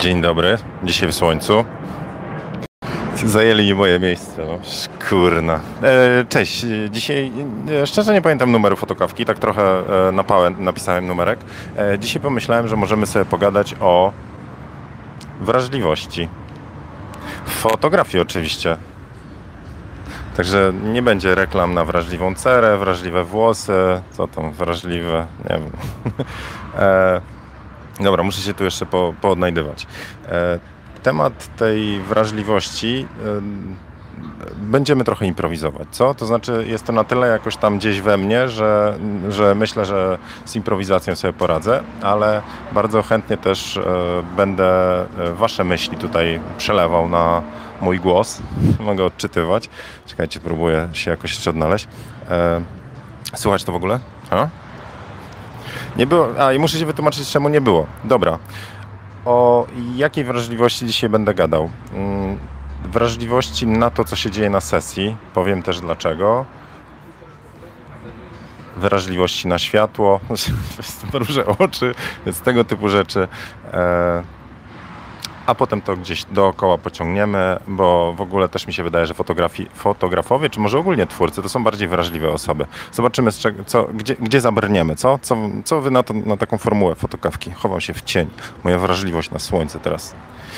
Dzień dobry, dzisiaj w słońcu. Zajęli mi moje miejsce, no. Kurna. Cześć, dzisiaj szczerze nie pamiętam numeru fotokawki, tak trochę napisałem numerek. Dzisiaj pomyślałem, że możemy sobie pogadać o wrażliwości. W fotografii oczywiście. Także nie będzie reklam na wrażliwą cerę, wrażliwe włosy, co tam wrażliwe, nie wiem. Dobra, muszę się tu jeszcze poodnajdywać. Temat tej wrażliwości będziemy trochę improwizować, co? To znaczy jest to na tyle jakoś tam gdzieś we mnie, że myślę, że z improwizacją sobie poradzę, ale bardzo chętnie też będę wasze myśli tutaj przelewał na mój głos. Mogę odczytywać. Czekajcie, próbuję się jakoś jeszcze odnaleźć. Słuchać to w ogóle? Nie było. I muszę się wytłumaczyć, czemu nie było. Dobra. O jakiej wrażliwości dzisiaj będę gadał? Wrażliwości na to, co się dzieje na sesji. Powiem też dlaczego. Wrażliwości na światło, róże oczy, więc tego typu rzeczy. A potem to gdzieś dookoła pociągniemy, bo w ogóle też mi się wydaje, że fotografowie, czy może ogólnie twórcy, to są bardziej wrażliwe osoby. Zobaczymy, gdzie zabrniemy, co wy na taką formułę fotokawki? Chowam się w cień. Moja wrażliwość na słońce teraz.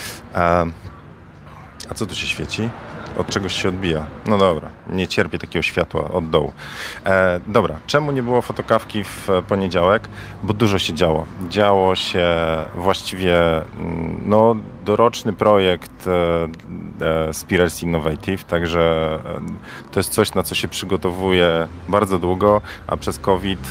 A co tu się świeci? Od czegoś się odbija. No dobra, nie cierpię takiego światła od dołu. Dobra, czemu nie było fotokawki w poniedziałek? Bo dużo się działo. Działo się właściwie doroczny projekt Spirals Innovative, także to jest coś, na co się przygotowuje bardzo długo, a przez COVID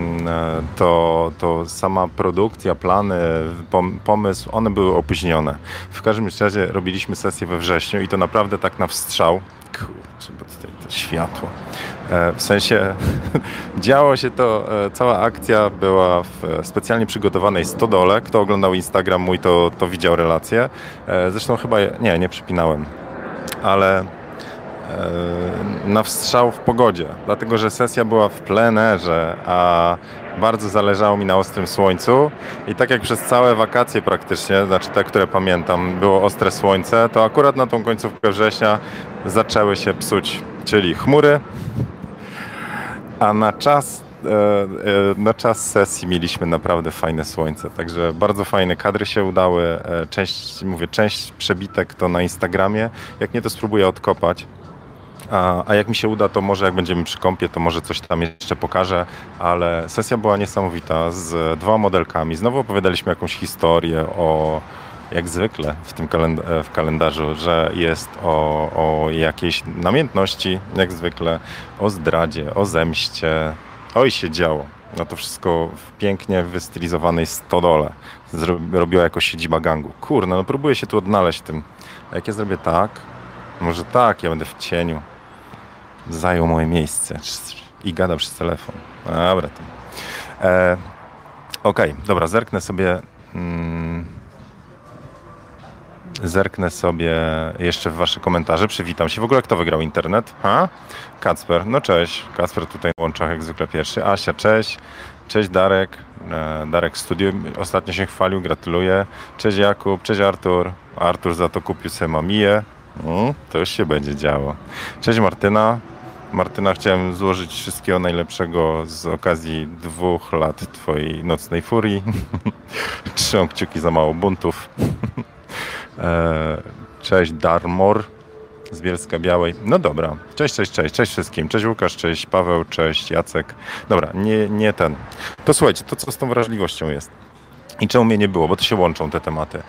to sama produkcja, plany, pomysł, one były opóźnione. W każdym razie robiliśmy sesję we wrześniu i to naprawdę tak na wstrzał. Kurczę, bo tutaj to światło. W sensie działo się to, cała akcja była w specjalnie przygotowanej stodole. Kto oglądał Instagram mój, to widział relację. Zresztą chyba, nie przypinałem, ale na wstrzał w pogodzie, dlatego że sesja była w plenerze, a bardzo zależało mi na ostrym słońcu i tak jak przez całe wakacje praktycznie, znaczy te, które pamiętam, było ostre słońce, to akurat na tą końcówkę września zaczęły się psuć, czyli chmury, a na czas sesji mieliśmy naprawdę fajne słońce, także bardzo fajne kadry się udały, część przebitek to na Instagramie, jak nie to spróbuję odkopać. A jak mi się uda, to może jak będziemy przy kąpie, to może coś tam jeszcze pokażę, ale sesja była niesamowita z 2 modelkami. Znowu opowiadaliśmy jakąś historię jak zwykle w kalendarzu, że jest o jakiejś namiętności, jak zwykle, o zdradzie, o zemście. Oj, się działo. No to wszystko w pięknie wystylizowanej stodole. Robiła jako siedziba gangu. Kurna, no próbuję się tu odnaleźć w tym. A jak ja zrobię tak, może tak, ja będę w cieniu. Zajął moje miejsce i gada przez telefon. Dobra. Okej, dobra, zerknę sobie jeszcze w wasze komentarze. Przywitam się. W ogóle kto wygrał internet? Kacper. No cześć. Kacper tutaj w łączach jak zwykle pierwszy. Asia, cześć. Cześć Darek. Darek Studio ostatnio się chwalił, gratuluję. Cześć Jakub, cześć Artur. Artur za to kupił sobie Mamiję. To już się będzie działo. Cześć Martyna. Martyna, chciałem złożyć wszystkiego najlepszego z okazji 2 lat twojej nocnej furii. Trzymam kciuki za mało buntów. Cześć Darmor z Bielska Białej. No dobra. Cześć wszystkim. Cześć Łukasz, cześć Paweł, cześć Jacek. Dobra, nie ten. To słuchajcie, to co z tą wrażliwością jest? I czemu mnie nie było? Bo to się łączą te tematy.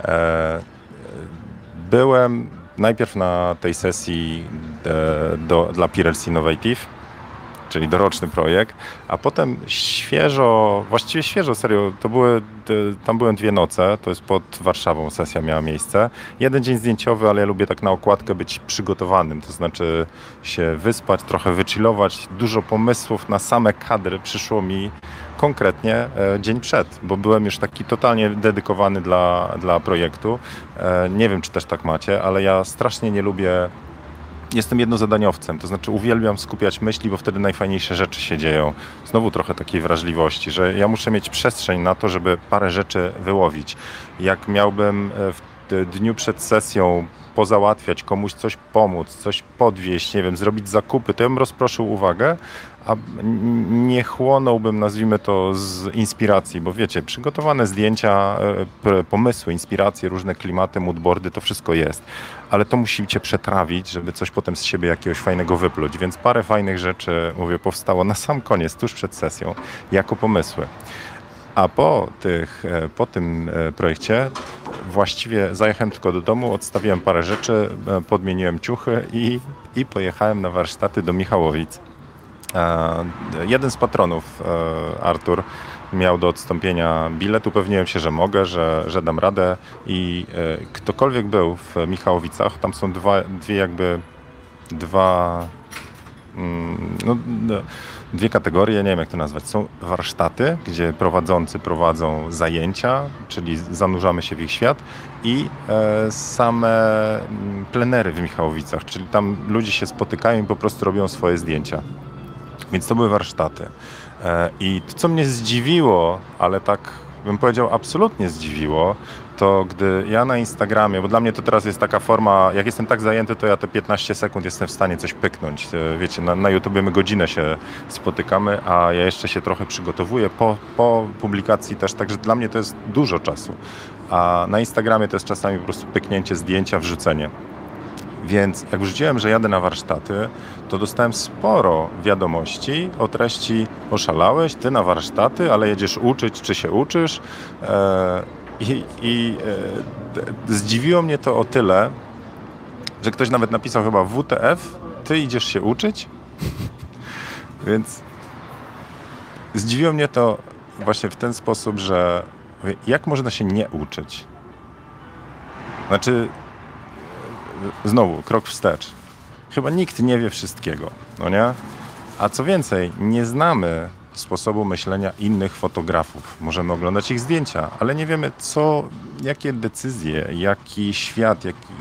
Byłem najpierw na tej sesji dla Spirals Innovative, czyli doroczny projekt, a potem właściwie świeżo, serio, tam były 2 noce, to jest pod Warszawą sesja miała miejsce. 1 dzień zdjęciowy, ale ja lubię tak na okładkę być przygotowanym, to znaczy się wyspać, trochę wychillować, dużo pomysłów na same kadry przyszło mi konkretnie dzień przed, bo byłem już taki totalnie dedykowany dla projektu. Nie wiem, czy też tak macie, ale ja strasznie nie lubię jestem jednozadaniowcem, to znaczy uwielbiam skupiać myśli, bo wtedy najfajniejsze rzeczy się dzieją. Znowu trochę takiej wrażliwości, że ja muszę mieć przestrzeń na to, żeby parę rzeczy wyłowić. Jak miałbym w dniu przed sesją pozałatwiać, komuś coś pomóc, coś podwieźć, nie wiem, zrobić zakupy, to ja bym rozproszył uwagę, a nie chłonąłbym, nazwijmy to, z inspiracji, bo wiecie, przygotowane zdjęcia, pomysły, inspiracje, różne klimaty, moodboardy, to wszystko jest, ale to musicie przetrawić, żeby coś potem z siebie jakiegoś fajnego wypluć, więc parę fajnych rzeczy, mówię, powstało na sam koniec, tuż przed sesją, jako pomysły. A po tym projekcie właściwie zajechałem tylko do domu, odstawiłem parę rzeczy, podmieniłem ciuchy i pojechałem na warsztaty do Michałowic. Jeden z patronów, Artur, miał do odstąpienia bilet. Upewniłem się, że mogę, że dam radę i ktokolwiek był w Michałowicach, tam są dwie kategorie, nie wiem jak to nazwać. Są warsztaty, gdzie prowadzący prowadzą zajęcia, czyli zanurzamy się w ich świat i same plenery w Michałowicach, czyli tam ludzie się spotykają i po prostu robią swoje zdjęcia. Więc to były warsztaty. I to, co mnie zdziwiło, ale tak bym powiedział absolutnie zdziwiło, to gdy ja na Instagramie, bo dla mnie to teraz jest taka forma, jak jestem tak zajęty, to ja te 15 sekund jestem w stanie coś pyknąć. Wiecie, na YouTubie my godzinę się spotykamy, a ja jeszcze się trochę przygotowuję po publikacji też, także dla mnie to jest dużo czasu. A na Instagramie to jest czasami po prostu pyknięcie zdjęcia, wrzucenie. Więc jak wrzuciłem, że jadę na warsztaty, to dostałem sporo wiadomości o treści: oszalałeś, ty na warsztaty, ale jedziesz uczyć, czy się uczysz? Zdziwiło mnie to o tyle, że ktoś nawet napisał chyba WTF, ty idziesz się uczyć? Więc zdziwiło mnie to właśnie w ten sposób, że jak można się nie uczyć? Znaczy, znowu, krok wstecz. Chyba nikt nie wie wszystkiego, no nie? A co więcej, nie znamy sposobu myślenia innych fotografów. Możemy oglądać ich zdjęcia, ale nie wiemy jakie decyzje, jaki świat,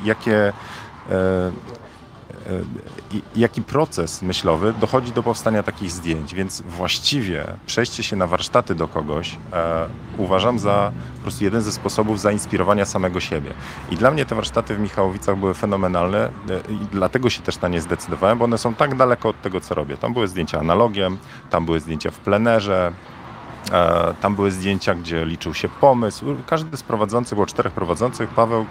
jaki proces myślowy dochodzi do powstania takich zdjęć. Więc właściwie przejście się na warsztaty do kogoś uważam za po prostu jeden ze sposobów zainspirowania samego siebie. I dla mnie te warsztaty w Michałowicach były fenomenalne i dlatego się też na nie zdecydowałem, bo one są tak daleko od tego, co robię. Tam były zdjęcia analogiem, tam były zdjęcia w plenerze, tam były zdjęcia, gdzie liczył się pomysł. Każdy z prowadzących, było 4 prowadzących, Paweł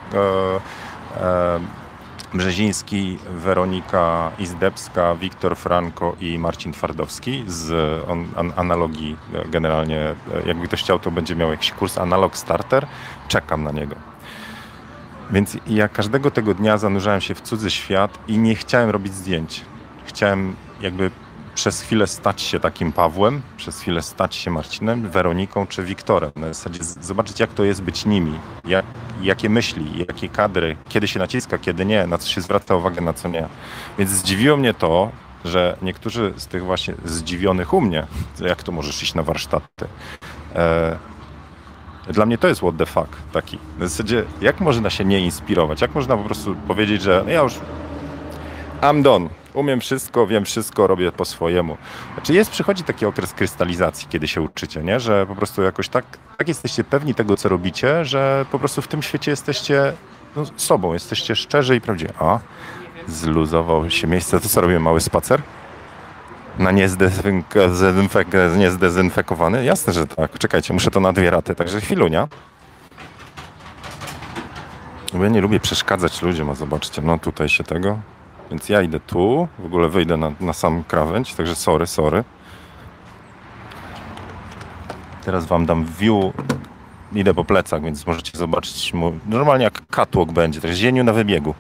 Brzeziński, Weronika Izdebska, Wiktor Franko i Marcin Twardowski z analogii. Generalnie, jakby ktoś chciał, to będzie miał jakiś kurs Analog Starter. Czekam na niego. Więc ja każdego tego dnia zanurzałem się w cudzy świat i nie chciałem robić zdjęć. Chciałem jakby przez chwilę stać się takim Pawłem, przez chwilę stać się Marcinem, Weroniką czy Wiktorem. Na zasadzie zobaczyć, jak to jest być nimi, jakie myśli, jakie kadry, kiedy się naciska, kiedy nie, na co się zwraca uwagę, na co nie. Więc zdziwiło mnie to, że niektórzy z tych właśnie zdziwionych u mnie, jak to możesz iść na warsztaty, dla mnie to jest what the fuck taki. Na zasadzie, jak można się nie inspirować, jak można po prostu powiedzieć, że ja już I'm done. Umiem wszystko, wiem wszystko, robię po swojemu. Znaczy przychodzi taki okres krystalizacji, kiedy się uczycie, nie? Że po prostu jakoś tak jesteście pewni tego, co robicie, że po prostu w tym świecie jesteście sobą, jesteście szczerzy i prawdziwi. O, zluzował się miejsce. To co robimy? Mały spacer? Na niezdezynfekowany? Jasne, że tak. Czekajcie, muszę to na 2 raty, także chwilunia. Bo ja nie lubię przeszkadzać ludziom, a zobaczcie, no tutaj się tego... Więc ja idę tu, w ogóle wyjdę na sam krawędź, także sorry. Teraz wam dam view, idę po plecach, więc możecie zobaczyć, normalnie jak catwalk będzie, także zieniu na wybiegu.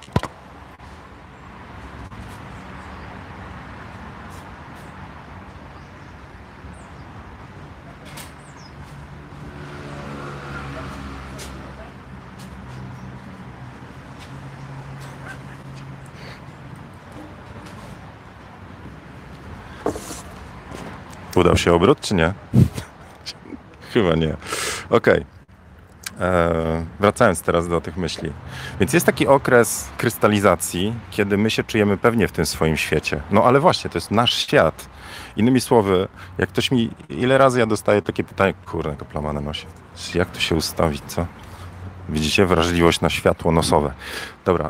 Udał się obrót, czy nie? Chyba nie. Okej. Wracając teraz do tych myśli. Więc jest taki okres krystalizacji, kiedy my się czujemy pewnie w tym swoim świecie. No ale właśnie, to jest nasz świat. Innymi słowy, jak ktoś mi... Ile razy ja dostaję takie pytanie, kurde, jaka plama na nosie. Jak to się ustawić, co? Widzicie? Wrażliwość na światło nosowe. Dobra.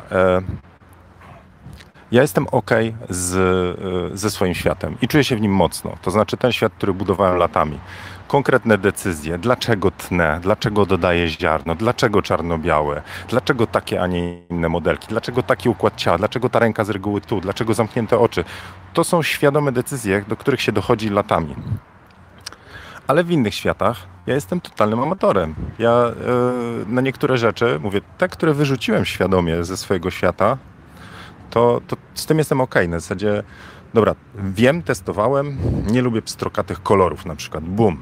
Ja jestem okej ze swoim światem i czuję się w nim mocno. To znaczy ten świat, który budowałem latami. Konkretne decyzje, dlaczego tnę, dlaczego dodaję ziarno, dlaczego czarno-białe, dlaczego takie, a nie inne modelki, dlaczego taki układ ciała, dlaczego ta ręka z reguły tu, dlaczego zamknięte oczy. To są świadome decyzje, do których się dochodzi latami. Ale w innych światach ja jestem totalnym amatorem. Ja na niektóre rzeczy, mówię, te, które wyrzuciłem świadomie ze swojego świata, to z tym jestem okej. Na zasadzie, dobra, wiem, testowałem, nie lubię pstrokatych kolorów na przykład, bum.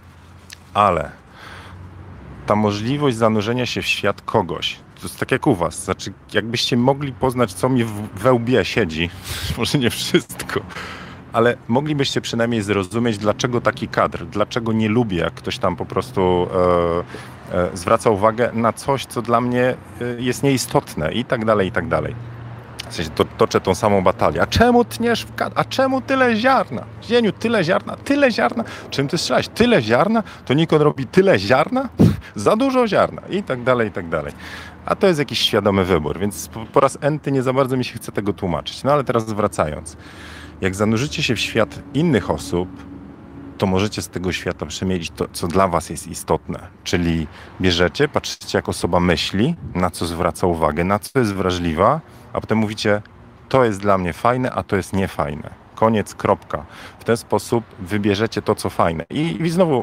Ale ta możliwość zanurzenia się w świat kogoś, to jest tak jak u was, znaczy jakbyście mogli poznać, co mi we łbie siedzi, może nie wszystko, ale moglibyście przynajmniej zrozumieć, dlaczego taki kadr, dlaczego nie lubię, jak ktoś tam po prostu zwraca uwagę na coś, co dla mnie jest nieistotne i tak dalej, i tak dalej. W sensie toczę tą samą batalię. A czemu tniesz w kadr? A czemu tyle ziarna? Zieniu, tyle ziarna? Tyle ziarna? Czym ty strzelałeś? Tyle ziarna? To Nikon robi tyle ziarna? Za dużo ziarna. I tak dalej, i tak dalej. A to jest jakiś świadomy wybór, więc po raz enty nie za bardzo mi się chce tego tłumaczyć. No ale teraz wracając. Jak zanurzycie się w świat innych osób, to możecie z tego świata przemielić to, co dla was jest istotne. Czyli bierzecie, patrzycie, jak osoba myśli, na co zwraca uwagę, na co jest wrażliwa, a potem mówicie, to jest dla mnie fajne, a to jest niefajne. Koniec, kropka. W ten sposób wybierzecie to, co fajne. I znowu,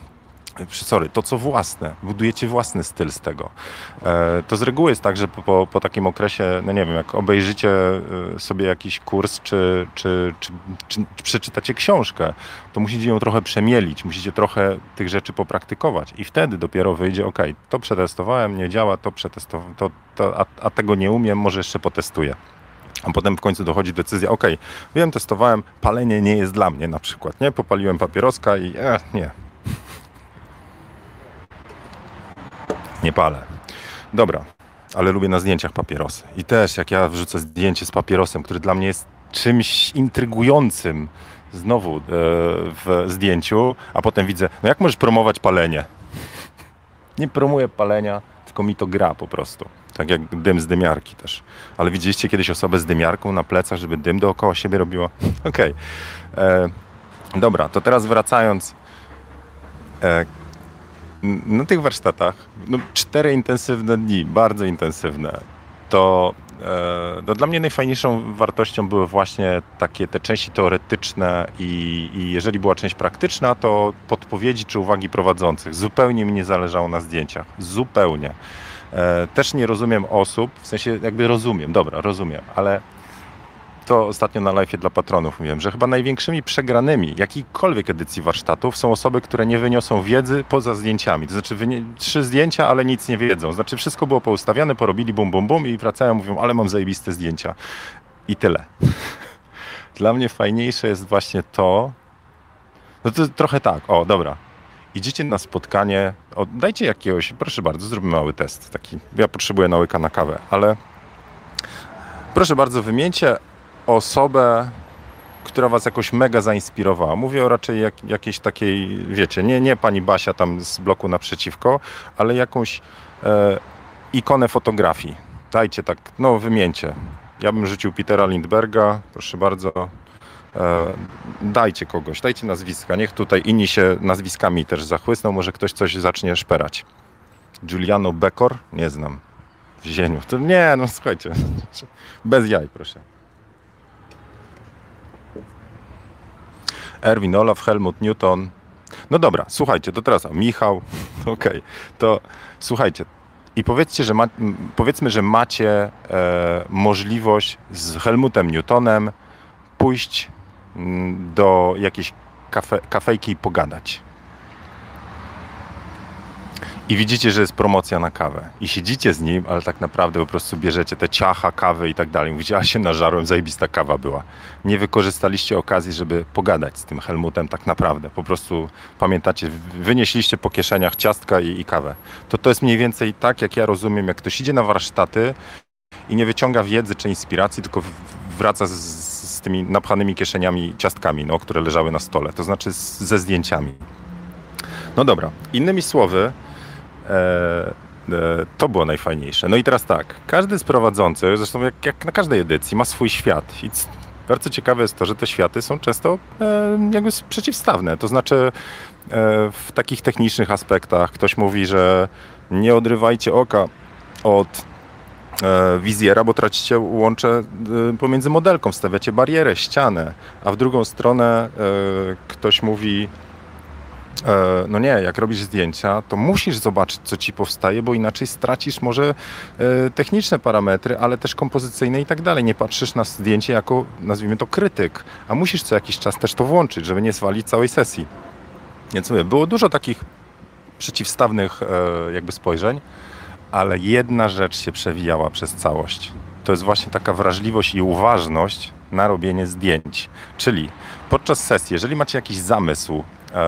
to, co własne. Budujecie własny styl z tego. To z reguły jest tak, że po takim okresie, no nie wiem, jak obejrzycie sobie jakiś kurs, czy przeczytacie książkę, to musicie ją trochę przemielić, musicie trochę tych rzeczy popraktykować i wtedy dopiero wyjdzie, okej, to przetestowałem, nie działa, to przetestowałem, a tego nie umiem, może jeszcze potestuję. A potem w końcu dochodzi decyzja, okej, wiem, testowałem, palenie nie jest dla mnie na przykład, nie? Popaliłem papieroska i nie. Nie palę. Dobra, ale lubię na zdjęciach papierosy. I też jak ja wrzucę zdjęcie z papierosem, który dla mnie jest czymś intrygującym znowu w zdjęciu, a potem widzę, no jak możesz promować palenie? Nie promuję palenia, tylko mi to gra po prostu. Tak jak dym z dymiarki też. Ale widzieliście kiedyś osobę z dymiarką na plecach, żeby dym dookoła siebie robiła? Okej. Dobra, to teraz wracając. Na tych warsztatach, 4 intensywne dni, bardzo intensywne, to dla mnie najfajniejszą wartością były właśnie takie te części teoretyczne i jeżeli była część praktyczna, to podpowiedzi czy uwagi prowadzących. Zupełnie mi nie zależało na zdjęciach. Zupełnie. Też nie rozumiem osób, w sensie jakby rozumiem, ale to ostatnio na live'ie dla patronów mówiłem, że chyba największymi przegranymi jakiejkolwiek edycji warsztatów są osoby, które nie wyniosą wiedzy poza zdjęciami. To znaczy 3 zdjęcia, ale nic nie wiedzą. Znaczy wszystko było poustawiane, porobili bum, bum, bum i wracają, mówią, ale mam zajebiste zdjęcia. I tyle. Dla mnie fajniejsze jest właśnie to, no to trochę tak, dobra. Idziecie na spotkanie, dajcie jakiegoś, proszę bardzo, zrobimy mały test taki. Ja potrzebuję na łyka na kawę, ale proszę bardzo, wymieńcie osobę, która was jakoś mega zainspirowała. Mówię o raczej jakiejś takiej, wiecie, nie pani Basia tam z bloku naprzeciwko, ale jakąś ikonę fotografii. Dajcie tak, wymieńcie. Ja bym rzucił Petera Lindberga, proszę bardzo. Dajcie kogoś, dajcie nazwiska. Niech tutaj inni się nazwiskami też zachłysną, może ktoś coś zacznie szperać. Giuliano Bekor? Nie znam. Zieniu. To nie, słuchajcie. Bez jaj, proszę. Erwin Olaf, Helmut Newton. No dobra, słuchajcie, to teraz Michał. Okej, to słuchajcie. I powiedzmy, że macie możliwość z Helmutem Newtonem pójść do jakiejś kafejki i pogadać. i widzicie, że jest promocja na kawę i siedzicie z nim, ale tak naprawdę po prostu bierzecie te ciacha, kawy i tak dalej. Mówicie, a się nażarłem, zajebista kawa była. Nie wykorzystaliście okazji, żeby pogadać z tym Helmutem tak naprawdę. Po prostu pamiętacie, wynieśliście po kieszeniach ciastka i kawę. To jest mniej więcej tak, jak ja rozumiem, jak ktoś idzie na warsztaty i nie wyciąga wiedzy czy inspiracji, tylko wraca z tymi napchanymi kieszeniami ciastkami, no, które leżały na stole. To znaczy ze zdjęciami. No dobra, innymi słowy, to było najfajniejsze. No i teraz tak, każdy z prowadzących, zresztą jak na każdej edycji, ma swój świat. I bardzo ciekawe jest to, że te światy są często jakby przeciwstawne. To znaczy w takich technicznych aspektach ktoś mówi, że nie odrywajcie oka od wizjera, bo tracicie łącze pomiędzy modelką, stawiacie barierę, ścianę, a w drugą stronę ktoś mówi, no nie, jak robisz zdjęcia, to musisz zobaczyć, co ci powstaje, bo inaczej stracisz może techniczne parametry, ale też kompozycyjne i tak dalej. Nie patrzysz na zdjęcie jako, nazwijmy to, krytyk, a musisz co jakiś czas też to włączyć, żeby nie zwalić całej sesji. Więc mówię, było dużo takich przeciwstawnych jakby spojrzeń, ale jedna rzecz się przewijała przez całość. To jest właśnie taka wrażliwość i uważność na robienie zdjęć. Czyli podczas sesji, jeżeli macie jakiś zamysł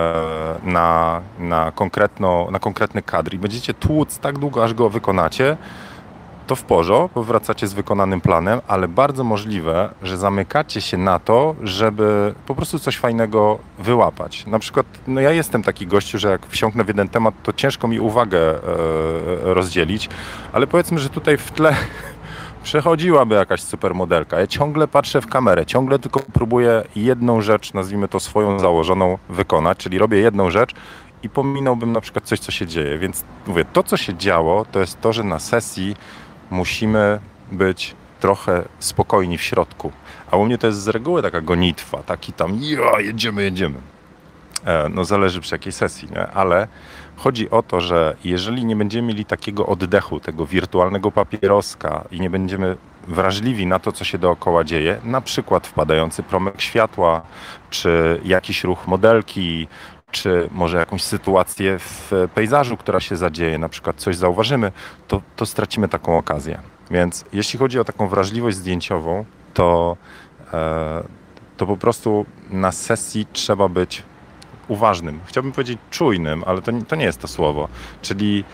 na konkretny kadr i będziecie tłuc tak długo, aż go wykonacie, to w porządku, bo wracacie z wykonanym planem, ale bardzo możliwe, że zamykacie się na to, żeby po prostu coś fajnego wyłapać. Na przykład, no ja jestem taki gościu, że jak wsiąknę w jeden temat, to ciężko mi uwagę rozdzielić, ale powiedzmy, że tutaj w tle przechodziłaby jakaś supermodelka. Ja ciągle patrzę w kamerę, ciągle tylko próbuję jedną rzecz, nazwijmy to swoją założoną, wykonać, czyli robię jedną rzecz i pominąłbym na przykład coś, co się dzieje. Więc mówię, to co się działo, to jest to, że na sesji musimy być trochę spokojni w środku. A u mnie to jest z reguły taka gonitwa, taki tam jedziemy. No zależy przy jakiej sesji, nie? Ale chodzi o to, że jeżeli nie będziemy mieli takiego oddechu, tego wirtualnego papieroska i nie będziemy wrażliwi na to, co się dookoła dzieje, na przykład wpadający promyk światła, czy jakiś ruch modelki, czy może jakąś sytuację w pejzażu, która się zadzieje, na przykład coś zauważymy, to stracimy taką okazję. Więc jeśli chodzi o taką wrażliwość zdjęciową, to po prostu na sesji trzeba być uważnym. Chciałbym powiedzieć czujnym, ale to nie jest to słowo. Czyli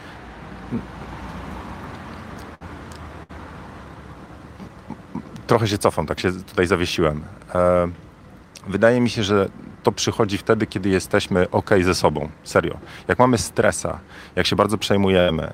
trochę się cofam, tak się tutaj zawiesiłem. Wydaje mi się, że to przychodzi wtedy, kiedy jesteśmy ok ze sobą. Serio. Jak mamy stresa, jak się bardzo przejmujemy,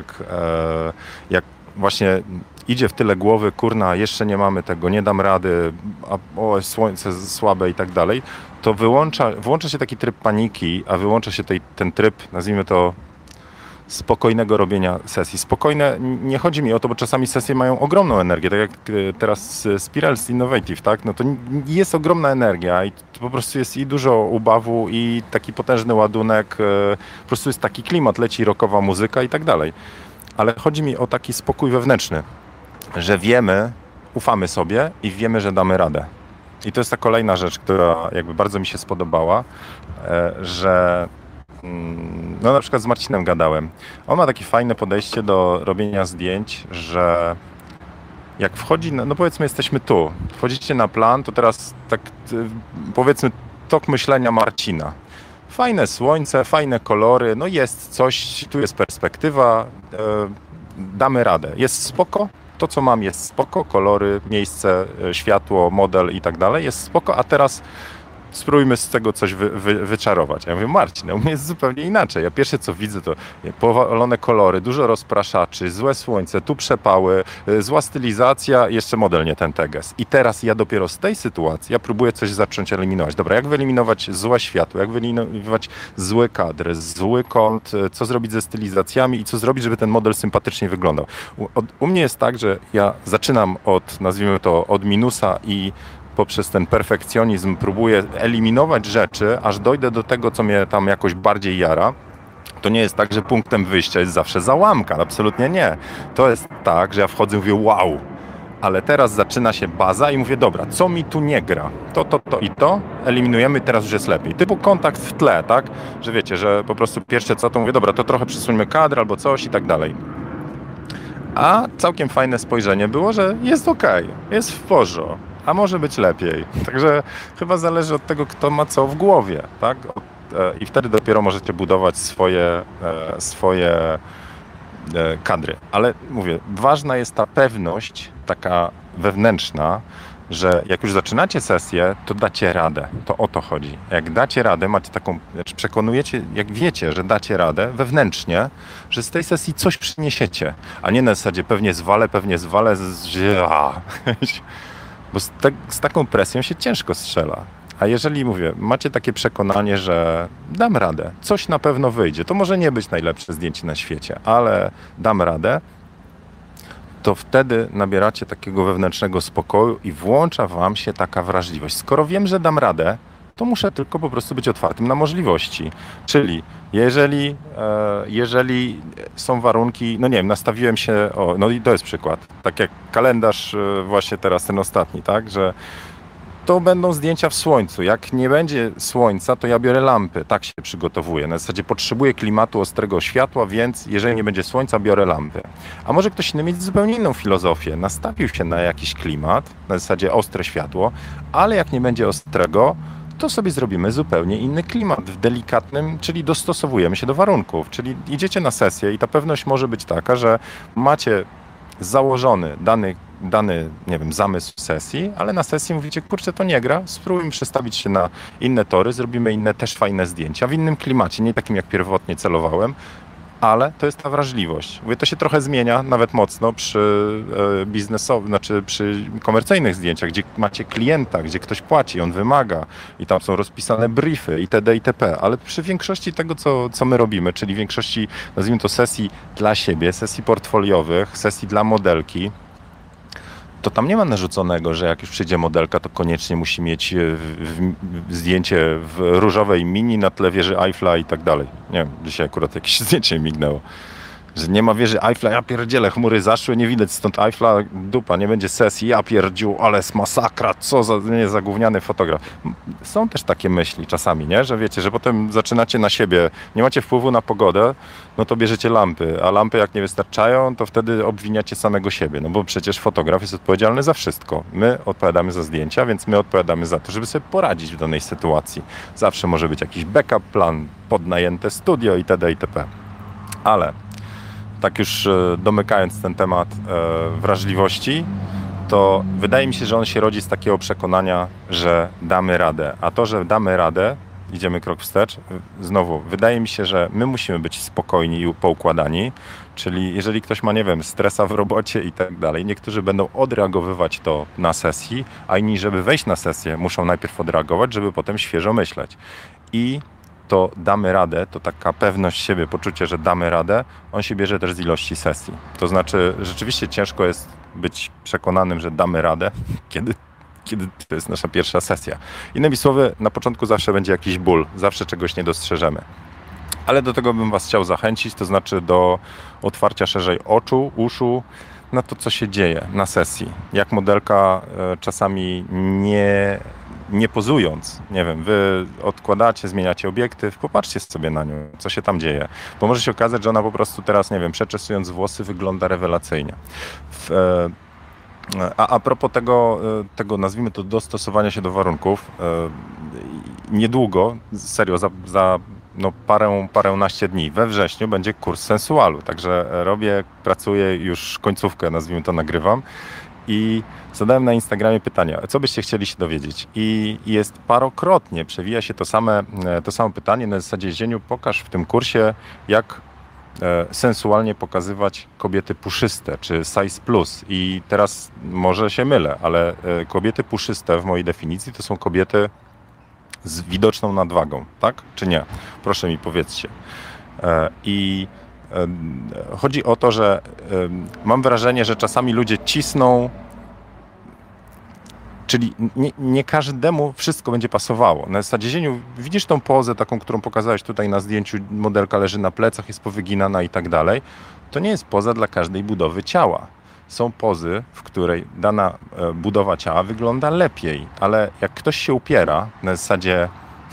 jak właśnie idzie w tyle głowy, kurna, jeszcze nie mamy tego, nie dam rady, o, słońce słabe i tak dalej, to włącza się taki tryb paniki, a wyłącza się ten tryb, nazwijmy to, spokojnego robienia sesji. Spokojne, nie chodzi mi o to, bo czasami sesje mają ogromną energię, tak jak teraz Spirals Innovative, tak? No to jest ogromna energia i to po prostu jest i dużo ubawu i taki potężny ładunek, po prostu jest taki klimat, leci rockowa muzyka i tak dalej. Ale chodzi mi o taki spokój wewnętrzny, że wiemy, ufamy sobie i wiemy, że damy radę. I to jest ta kolejna rzecz, która jakby bardzo mi się spodobała, że no na przykład z Marcinem gadałem. On ma takie fajne podejście do robienia zdjęć, że jak wchodzi, no powiedzmy jesteśmy tu, wchodzicie na plan, to teraz tak powiedzmy tok myślenia Marcina. Fajne słońce, fajne kolory, no jest coś, tu jest perspektywa, damy radę. Jest spoko, to co mam jest spoko, kolory, miejsce, światło, model i tak dalej, jest spoko, a teraz spróbujmy z tego coś wyczarować. Ja mówię, Marcin, u mnie jest zupełnie inaczej. Ja pierwsze co widzę to powalone kolory, dużo rozpraszaczy, złe słońce, tu przepały, zła stylizacja, jeszcze model nie ten teges. I teraz ja dopiero z tej sytuacji, ja próbuję coś zacząć eliminować. Dobra, jak wyeliminować złe światło, jak wyeliminować zły kadr, zły kąt, co zrobić ze stylizacjami i co zrobić, żeby ten model sympatycznie wyglądał. U mnie jest tak, że ja zaczynam od, nazwijmy to, od minusa i poprzez ten perfekcjonizm próbuję eliminować rzeczy, aż dojdę do tego, co mnie tam jakoś bardziej jara. To nie jest tak, że punktem wyjścia jest zawsze załamka. Absolutnie nie. To jest tak, że ja wchodzę i mówię wow, ale teraz zaczyna się baza i mówię, dobra, co mi tu nie gra? To i to, eliminujemy, teraz już jest lepiej. Typu kontakt w tle, tak? Że wiecie, że po prostu pierwsze co, to mówię, dobra, to trochę przesuńmy kadr albo coś i tak dalej. A całkiem fajne spojrzenie było, że jest okej, jest w porządku, a może być lepiej. Także chyba zależy od tego, kto ma co w głowie, tak? I wtedy dopiero możecie budować swoje kadry. Ale mówię, ważna jest ta pewność taka wewnętrzna, że jak już zaczynacie sesję, to dacie radę. To o to chodzi. Jak dacie radę, macie taką, znaczy przekonujecie, jak wiecie, że dacie radę wewnętrznie, że z tej sesji coś przyniesiecie, a nie na zasadzie pewnie zwalę, bo z taką presją się ciężko strzela. A jeżeli, mówię, macie takie przekonanie, że dam radę, coś na pewno wyjdzie, to może nie być najlepsze zdjęcie na świecie, ale dam radę, to wtedy nabieracie takiego wewnętrznego spokoju i włącza wam się taka wrażliwość. Skoro wiem, że dam radę, to muszę tylko po prostu być otwartym na możliwości. Czyli jeżeli są warunki, no nie wiem, nastawiłem się, no i to jest przykład, tak jak kalendarz właśnie teraz ten ostatni, tak, że to będą zdjęcia w słońcu. Jak nie będzie słońca, to ja biorę lampy. Tak się przygotowuję. Na zasadzie potrzebuję klimatu, ostrego światła, więc jeżeli nie będzie słońca, biorę lampy. A może ktoś inny mieć zupełnie inną filozofię. Nastawił się na jakiś klimat, na zasadzie ostre światło, ale jak nie będzie ostrego, to sobie zrobimy zupełnie inny klimat w delikatnym, czyli dostosowujemy się do warunków. Czyli idziecie na sesję i ta pewność może być taka, że macie założony dany, nie wiem, zamysł sesji, ale na sesji mówicie, kurczę, to nie gra, spróbujmy przestawić się na inne tory, zrobimy inne też fajne zdjęcia, w innym klimacie, nie takim jak pierwotnie celowałem, ale to jest ta wrażliwość. Mówię, to się trochę zmienia, nawet mocno przy biznesowych, znaczy przy komercyjnych zdjęciach, gdzie macie klienta, gdzie ktoś płaci, on wymaga i tam są rozpisane briefy itd. itp. Ale przy większości tego, co my robimy, czyli większości, nazwijmy to sesji dla siebie, sesji portfoliowych, sesji dla modelki, to tam nie ma narzuconego, że jak już przyjdzie modelka, to koniecznie musi mieć zdjęcie w różowej mini na tle wieży Eiffla i tak dalej. Nie wiem, dzisiaj akurat jakieś zdjęcie mignęło. Że nie ma wieży Eiffla, ja pierdzielę, chmury zaszły, nie widać stąd Eiffla, dupa, nie będzie sesji, ja pierdziu, ale jest masakra, co za zagówniany fotograf. Są też takie myśli czasami, nie? Że wiecie, że potem zaczynacie na siebie, nie macie wpływu na pogodę, no to bierzecie lampy, a lampy jak nie wystarczają, to wtedy obwiniacie samego siebie, no bo przecież fotograf jest odpowiedzialny za wszystko. My odpowiadamy za zdjęcia, więc my odpowiadamy za to, żeby sobie poradzić w danej sytuacji. Zawsze może być jakiś backup plan, podnajęte studio itd. itp. Ale tak już domykając ten temat wrażliwości, to wydaje mi się, że on się rodzi z takiego przekonania, że damy radę. A to, że damy radę, idziemy krok wstecz, znowu, wydaje mi się, że my musimy być spokojni i poukładani, czyli jeżeli ktoś ma, nie wiem, stresa w robocie i tak dalej, niektórzy będą odreagowywać to na sesji, a inni, żeby wejść na sesję, muszą najpierw odreagować, żeby potem świeżo myśleć. I to damy radę, to taka pewność siebie, poczucie, że damy radę, on się bierze też z ilości sesji. To znaczy, rzeczywiście ciężko jest być przekonanym, że damy radę, kiedy to jest nasza pierwsza sesja. Innymi słowy, na początku zawsze będzie jakiś ból, zawsze czegoś nie dostrzeżemy. Ale do tego bym was chciał zachęcić, to znaczy do otwarcia szerzej oczu, uszu, na to, co się dzieje na sesji. Jak modelka czasami nie pozując, nie wiem, wy odkładacie, zmieniacie obiektyw, popatrzcie sobie na nią, co się tam dzieje. Bo może się okazać, że ona po prostu teraz, nie wiem, przeczesując włosy wygląda rewelacyjnie. A propos tego, nazwijmy to, dostosowania się do warunków, niedługo, serio, za paręnaście dni, we wrześniu będzie kurs sensualu, także pracuję już końcówkę, nazwijmy to, nagrywam i zadałem na Instagramie pytania, co byście chcieli się dowiedzieć i jest parokrotnie, przewija się to samo pytanie na zasadzie: Zieniu, pokaż w tym kursie, jak sensualnie pokazywać kobiety puszyste, czy size plus. I teraz może się mylę, ale kobiety puszyste w mojej definicji to są kobiety z widoczną nadwagą, tak? Czy nie? Proszę mi powiedzcie. I chodzi o to, że mam wrażenie, że czasami ludzie cisną, czyli nie każdemu wszystko będzie pasowało. Na zasadzie: Zieniu, widzisz tą pozę taką, którą pokazałeś tutaj na zdjęciu, modelka leży na plecach, jest powyginana i tak dalej. To nie jest poza dla każdej budowy ciała. są pozy, w której dana budowa ciała wygląda lepiej, ale jak ktoś się upiera na zasadzie,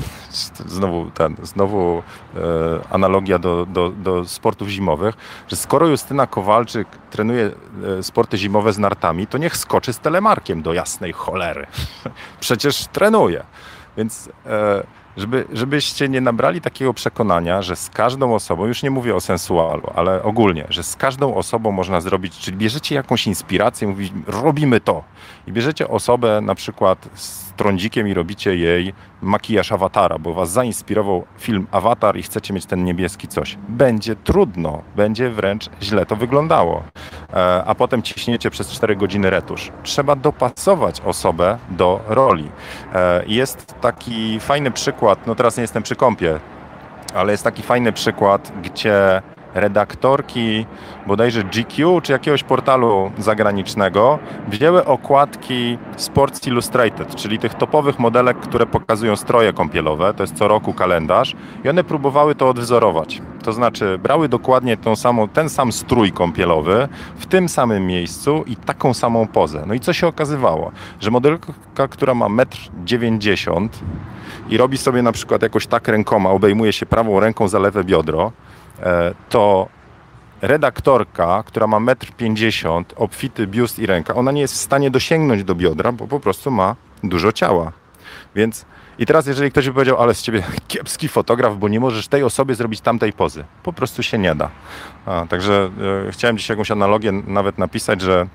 znowu analogia do sportów zimowych, że skoro Justyna Kowalczyk trenuje sporty zimowe z nartami, to niech skoczy z telemarkiem do jasnej cholery. Przecież trenuje. Więc żebyście nie nabrali takiego przekonania, że z każdą osobą, już nie mówię o sensualu, ale ogólnie, że z każdą osobą można zrobić, czyli bierzecie jakąś inspirację, mówicie, robimy to i bierzecie osobę na przykład z trądzikiem i robicie jej makijaż awatara, bo was zainspirował film Awatar i chcecie mieć ten niebieski coś. Będzie trudno, będzie wręcz źle to wyglądało. A potem ciśniecie przez 4 godziny retusz. Trzeba dopasować osobę do roli. Jest taki fajny przykład, no teraz nie jestem przy kąpie, ale jest taki fajny przykład, gdzie redaktorki bodajże GQ czy jakiegoś portalu zagranicznego wzięły okładki Sports Illustrated, czyli tych topowych modelek, które pokazują stroje kąpielowe, to jest co roku kalendarz i one próbowały to odwzorować. To znaczy brały dokładnie ten sam strój kąpielowy w tym samym miejscu i taką samą pozę. No i co się okazywało? Że modelka, która ma 1,90 m i robi sobie na przykład jakoś tak rękoma, obejmuje się prawą ręką za lewe biodro, to redaktorka, która ma 1,50 m, obfity biust i ręka, ona nie jest w stanie dosięgnąć do biodra, bo po prostu ma dużo ciała. Więc i teraz jeżeli ktoś by powiedział, ale z ciebie kiepski fotograf, bo nie możesz tej osobie zrobić tamtej pozy. Po prostu się nie da. Także chciałem dziś jakąś analogię nawet napisać, że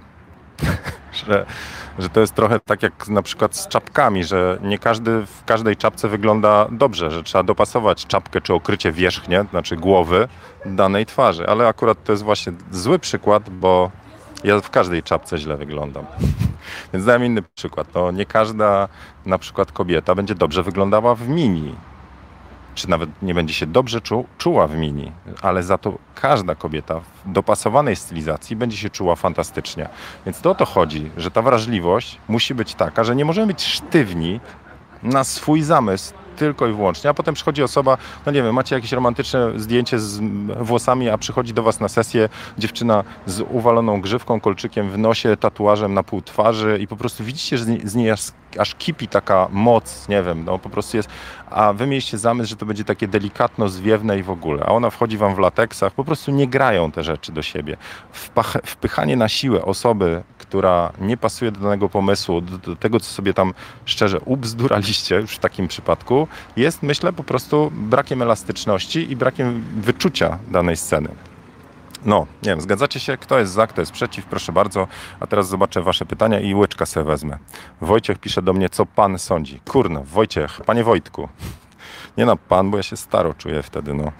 to jest trochę tak jak na przykład z czapkami, że nie każdy w każdej czapce wygląda dobrze, że trzeba dopasować czapkę czy okrycie wierzchnie, znaczy głowy danej twarzy. Ale akurat to jest właśnie zły przykład, bo ja w każdej czapce źle wyglądam. Więc dałem inny przykład. No, nie każda na przykład kobieta będzie dobrze wyglądała w mini. Czy nawet nie będzie się dobrze czuła w mini, ale za to każda kobieta w dopasowanej stylizacji będzie się czuła fantastycznie. Więc to o to chodzi, że ta wrażliwość musi być taka, że nie możemy być sztywni na swój zamysł tylko i wyłącznie, a potem przychodzi osoba, no nie wiem, macie jakieś romantyczne zdjęcie z włosami, a przychodzi do was na sesję dziewczyna z uwaloną grzywką, kolczykiem w nosie, tatuażem na pół twarzy i po prostu widzicie, że z niej aż kipi taka moc, nie wiem, no po prostu jest, a wy mieliście zamysł, że to będzie takie delikatno zwiewne i w ogóle, a ona wchodzi wam w lateksach, po prostu nie grają te rzeczy do siebie. Wpychanie na siłę osoby, która nie pasuje do danego pomysłu, do tego, co sobie tam szczerze ubzduraliście już w takim przypadku, jest, myślę, po prostu brakiem elastyczności i brakiem wyczucia danej sceny. No, nie wiem, zgadzacie się? Kto jest za, kto jest przeciw? Proszę bardzo. A teraz zobaczę wasze pytania i łyczka sobie wezmę. Wojciech pisze do mnie, co pan sądzi. Kurno, Wojciech, panie Wojtku. Nie na pan, bo ja się staro czuję wtedy, no.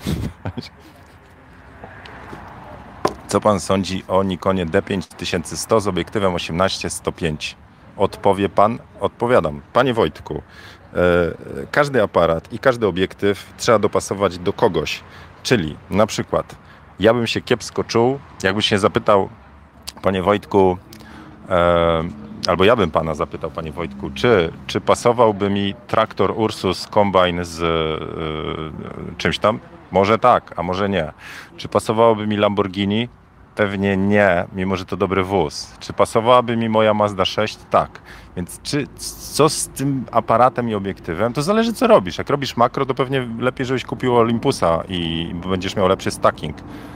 Co pan sądzi o Nikonie D5100 z obiektywem 18-105? Odpowie pan? Odpowiadam. Panie Wojtku, każdy aparat i każdy obiektyw trzeba dopasować do kogoś. Czyli na przykład ja bym się kiepsko czuł, jakbyś się zapytał, panie Wojtku, albo ja bym pana zapytał, panie Wojtku, czy pasowałby mi traktor Ursus Combine z czymś tam? Może tak, a może nie. Czy pasowałoby mi Lamborghini? Pewnie nie, mimo że to dobry wóz. Czy pasowałaby mi moja Mazda 6? Tak. Więc co z tym aparatem i obiektywem? To zależy, co robisz. Jak robisz makro, to pewnie lepiej, żebyś kupił Olympusa i będziesz miał lepszy stacking.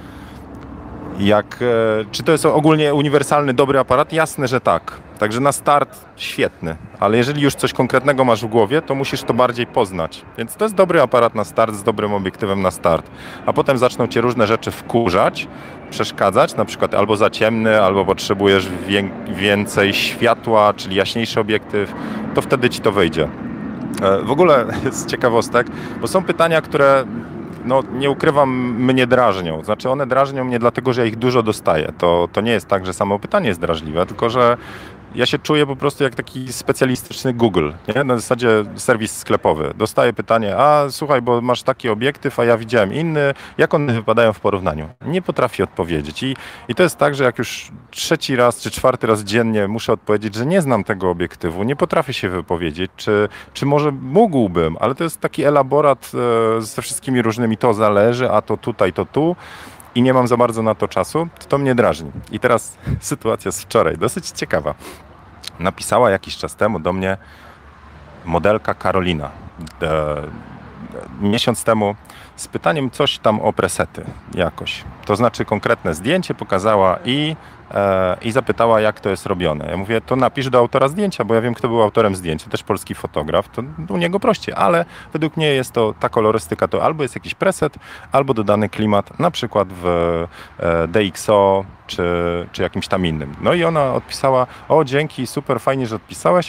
Czy to jest ogólnie uniwersalny, dobry aparat? Jasne, że tak. Także na start świetny, ale jeżeli już coś konkretnego masz w głowie, to musisz to bardziej poznać. Więc to jest dobry aparat na start z dobrym obiektywem na start. A potem zaczną cię różne rzeczy wkurzać, przeszkadzać, na przykład albo za ciemny, albo potrzebujesz więcej światła, czyli jaśniejszy obiektyw, to wtedy ci to wyjdzie. W ogóle z ciekawostek, bo są pytania, które no nie ukrywam, mnie drażnią. Znaczy one drażnią mnie dlatego, że ja ich dużo dostaję. To nie jest tak, że samo pytanie jest drażliwe, tylko że ja się czuję po prostu jak taki specjalistyczny Google, nie? Na zasadzie serwis sklepowy. Dostaję pytanie, a słuchaj, bo masz taki obiektyw, a ja widziałem inny, jak one wypadają w porównaniu? Nie potrafię odpowiedzieć. I to jest tak, że jak już 3. raz czy 4. raz dziennie muszę odpowiedzieć, że nie znam tego obiektywu, nie potrafię się wypowiedzieć, czy może mógłbym, ale to jest taki elaborat ze wszystkimi różnymi, to zależy, a to tutaj, to tu. i nie mam za bardzo na to czasu, to mnie drażni. I teraz sytuacja z wczoraj, dosyć ciekawa. Napisała jakiś czas temu do mnie modelka Karolina. Miesiąc temu z pytaniem coś tam o presety jakoś. To znaczy konkretne zdjęcie pokazała i zapytała, jak to jest robione. Ja mówię, to napisz do autora zdjęcia, bo ja wiem, kto był autorem zdjęcia, też polski fotograf, to u niego prościej, ale według mnie jest to, ta kolorystyka to albo jest jakiś preset, albo dodany klimat, na przykład w DxO, czy jakimś tam innym. No i ona odpisała, o dzięki, super, fajnie, że odpisałeś.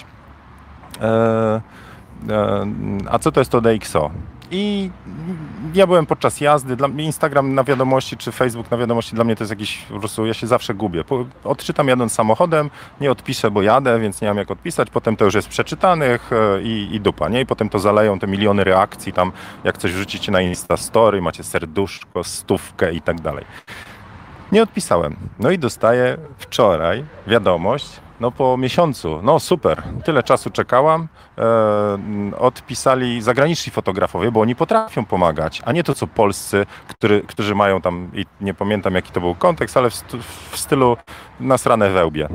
A co to jest to DxO? I ja byłem podczas jazdy, dla mnie Instagram na wiadomości, czy Facebook na wiadomości, dla mnie to jest jakiś, po prostu ja się zawsze gubię. Odczytam jadąc samochodem, nie odpiszę, bo jadę, więc nie mam jak odpisać, potem to już jest przeczytanych i dupa, nie? I potem to zaleją te miliony reakcji tam, jak coś wrzucicie na Instastory, macie serduszko, stówkę i tak dalej. Nie odpisałem. No i dostaję wczoraj wiadomość, no po miesiącu, no super, tyle czasu czekałam, odpisali zagraniczni fotografowie, bo oni potrafią pomagać, a nie to co polscy, którzy mają tam, i nie pamiętam jaki to był kontekst, ale w stylu nasrane we łbie.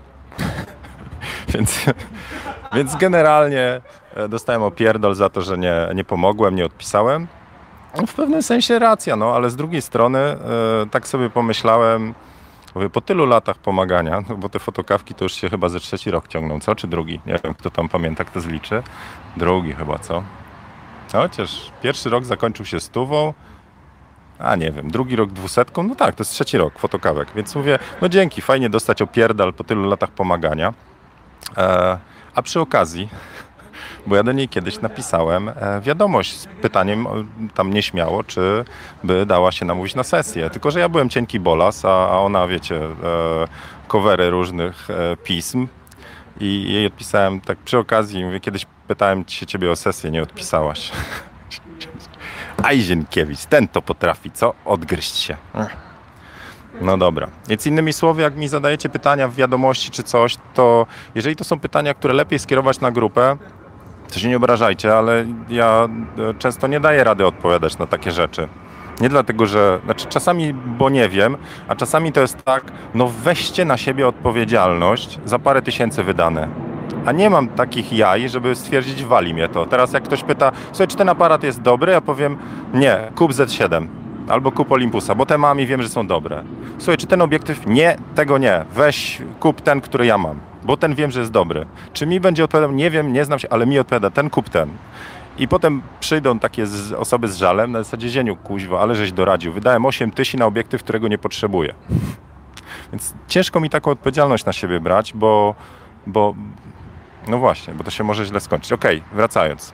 Więc generalnie dostałem opierdol za to, że nie pomogłem, nie odpisałem. W pewnym sensie racja, no ale z drugiej strony tak sobie pomyślałem, mówię, po tylu latach pomagania, no bo te fotokawki to już się chyba ze 3. rok ciągną, co? Czy drugi? Nie wiem, kto tam pamięta, kto zliczy. Drugi chyba, co? Chociaż 1. rok zakończył się 100, a nie wiem, 2. rok 200, no tak, to jest 3. rok fotokawek, więc mówię, no dzięki, fajnie dostać opierdal po tylu latach pomagania. A przy okazji, bo ja do niej kiedyś napisałem wiadomość z pytaniem tam nieśmiało, czy by dała się namówić na sesję. Tylko że ja byłem cienki bolas, a ona, wiecie, covery różnych pism i jej odpisałem tak przy okazji, mówię, kiedyś pytałem się ciebie o sesję, nie odpisałaś. Aj, Zienkiewicz, ten to potrafi, co? Odgryźć się. No dobra. Więc innymi słowy, jak mi zadajecie pytania w wiadomości czy coś, to jeżeli to są pytania, które lepiej skierować na grupę, to się nie obrażajcie, ale ja często nie daję rady odpowiadać na takie rzeczy. Nie dlatego, że... Znaczy czasami, bo nie wiem, a czasami to jest tak, no weźcie na siebie odpowiedzialność za parę tysięcy wydane. A nie mam takich jaj, żeby stwierdzić, wali mnie to. Teraz jak ktoś pyta, słuchaj, czy ten aparat jest dobry? Ja powiem, nie, kup Z7 albo kup Olympusa, bo te mam i wiem, że są dobre. Słuchaj, czy ten obiektyw? Nie, tego nie. Weź, kup ten, który ja mam, bo ten wiem, że jest dobry. Czy mi będzie odpowiadał? Nie wiem, nie znam się, ale mi odpowiada ten, kup ten. I potem przyjdą takie osoby z żalem, na zasadzie, Zieniu, kuźwa, ale żeś doradził. Wydałem 8 000 na obiektyw, którego nie potrzebuję. Więc ciężko mi taką odpowiedzialność na siebie brać, bo no właśnie, bo to się może źle skończyć. Okej, wracając.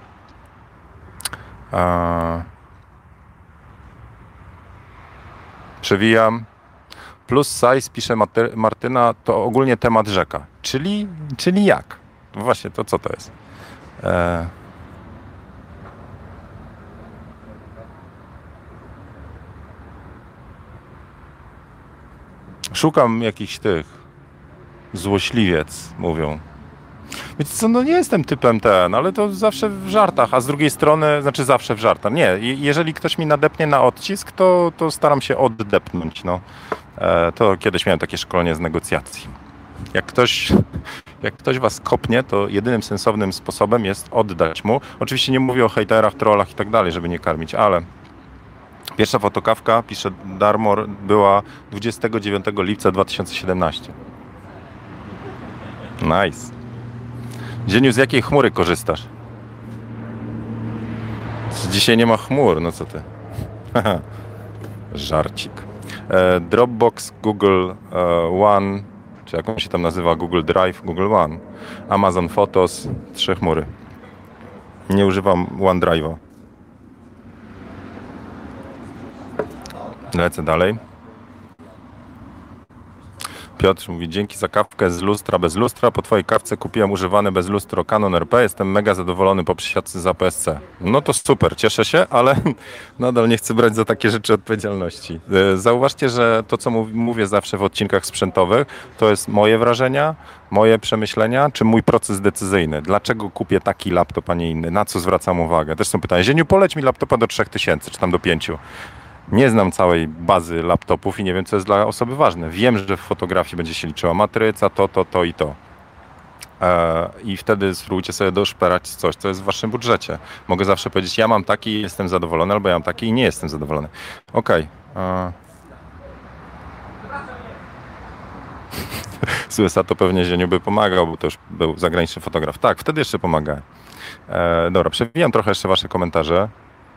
Przewijam. Plus size, pisze Martyna, to ogólnie temat rzeka. Czyli jak? Właśnie, to co to jest? Szukam jakichś tych złośliwiec, mówią. Więc co, no nie jestem typem ten, ale to zawsze w żartach, a z drugiej strony, znaczy zawsze w żartach. Nie, jeżeli ktoś mi nadepnie na odcisk, to staram się oddepnąć, no. To kiedyś miałem takie szkolenie z negocjacji. Jak ktoś was kopnie, to jedynym sensownym sposobem jest oddać mu. Oczywiście nie mówię o hejterach, trollach i tak dalej, żeby nie karmić, ale pierwsza fotokawka, pisze Darmor, była 29 lipca 2017. Nice. Zieniu, z jakiej chmury korzystasz? Dzisiaj nie ma chmur, no co ty? Żarcik. Dropbox, Google One, czy jak on się tam nazywa, Google Drive, Google One, Amazon Photos, 3 chmury. Nie używam OneDrive'a. Lecę dalej. Piotr mówi, dzięki za kawkę z lustra, bez lustra. Po twojej kawce kupiłem używane bez lustro Canon RP. Jestem mega zadowolony po przysiadce za APS-C. No to super, cieszę się, ale nadal nie chcę brać za takie rzeczy odpowiedzialności. Zauważcie, że to, co mówię zawsze w odcinkach sprzętowych, to jest moje wrażenia, moje przemyślenia, czy mój proces decyzyjny. Dlaczego kupię taki laptop, a nie inny? Na co zwracam uwagę? Też są pytania. Zieniu, poleć mi laptopa do 3000, czy tam do 5. Nie znam całej bazy laptopów i nie wiem, co jest dla osoby ważne. Wiem, że w fotografii będzie się liczyła matryca, to i to. I wtedy spróbujcie sobie doszperać coś, co jest w waszym budżecie. Mogę zawsze powiedzieć, ja mam taki i jestem zadowolony, albo ja mam taki i nie jestem zadowolony. Okej. Z USA to pewnie Zieniu by pomagał, bo to już był zagraniczny fotograf. Tak, wtedy jeszcze pomagałem. Dobra, przewijam trochę jeszcze wasze komentarze.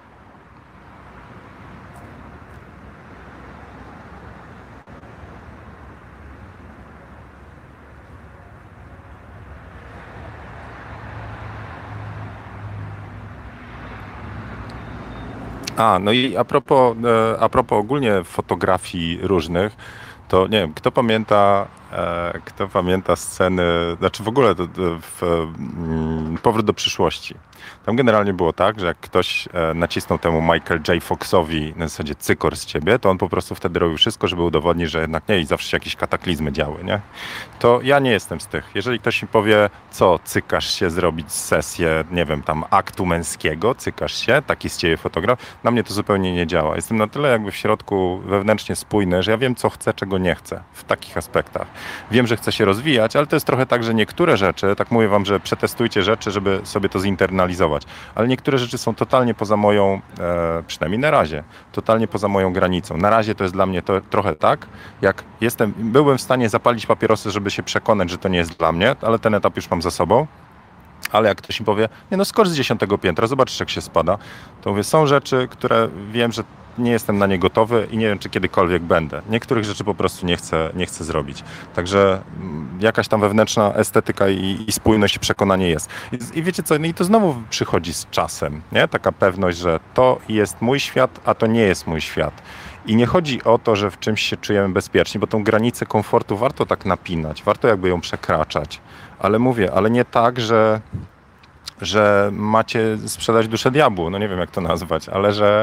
No i a propos ogólnie fotografii różnych, to nie wiem, kto pamięta sceny, znaczy w ogóle Powrót do przyszłości. Tam generalnie było tak, że jak ktoś nacisnął temu Michael J. Foxowi na zasadzie cykor z ciebie, to on po prostu wtedy robił wszystko, żeby udowodnić, że jednak nie i zawsze się jakieś kataklizmy działy, nie? To ja nie jestem z tych. Jeżeli ktoś mi powie, co, cykasz się zrobić sesję, nie wiem, tam aktu męskiego, cykasz się, taki z ciebie fotograf, na mnie to zupełnie nie działa. Jestem na tyle jakby w środku wewnętrznie spójny, że ja wiem, co chcę, czego nie chcę w takich aspektach. Wiem, że chcę się rozwijać, ale to jest trochę tak, że niektóre rzeczy, tak mówię wam, że przetestujcie rzeczy, żeby sobie to zinternalizować, ale niektóre rzeczy są totalnie poza moją, przynajmniej na razie, totalnie poza moją granicą. Na razie to jest dla mnie to trochę tak, jak byłem w stanie zapalić papierosy, żeby się przekonać, że to nie jest dla mnie, ale ten etap już mam za sobą. Ale jak ktoś mi powie, nie no skocz z 10 piętra, zobaczysz jak się spada, to mówię, są rzeczy, które wiem, że nie jestem na nie gotowy i nie wiem, czy kiedykolwiek będę. Niektórych rzeczy po prostu nie chcę zrobić. Także jakaś tam wewnętrzna estetyka i spójność i przekonanie jest. I wiecie co, no i to znowu przychodzi z czasem, nie? Taka pewność, że to jest mój świat, a to nie jest mój świat. I nie chodzi o to, że w czymś się czujemy bezpiecznie, bo tą granicę komfortu warto tak napinać, warto jakby ją przekraczać. Ale mówię, ale nie tak, że macie sprzedać duszę diabłu, no nie wiem jak to nazwać, ale że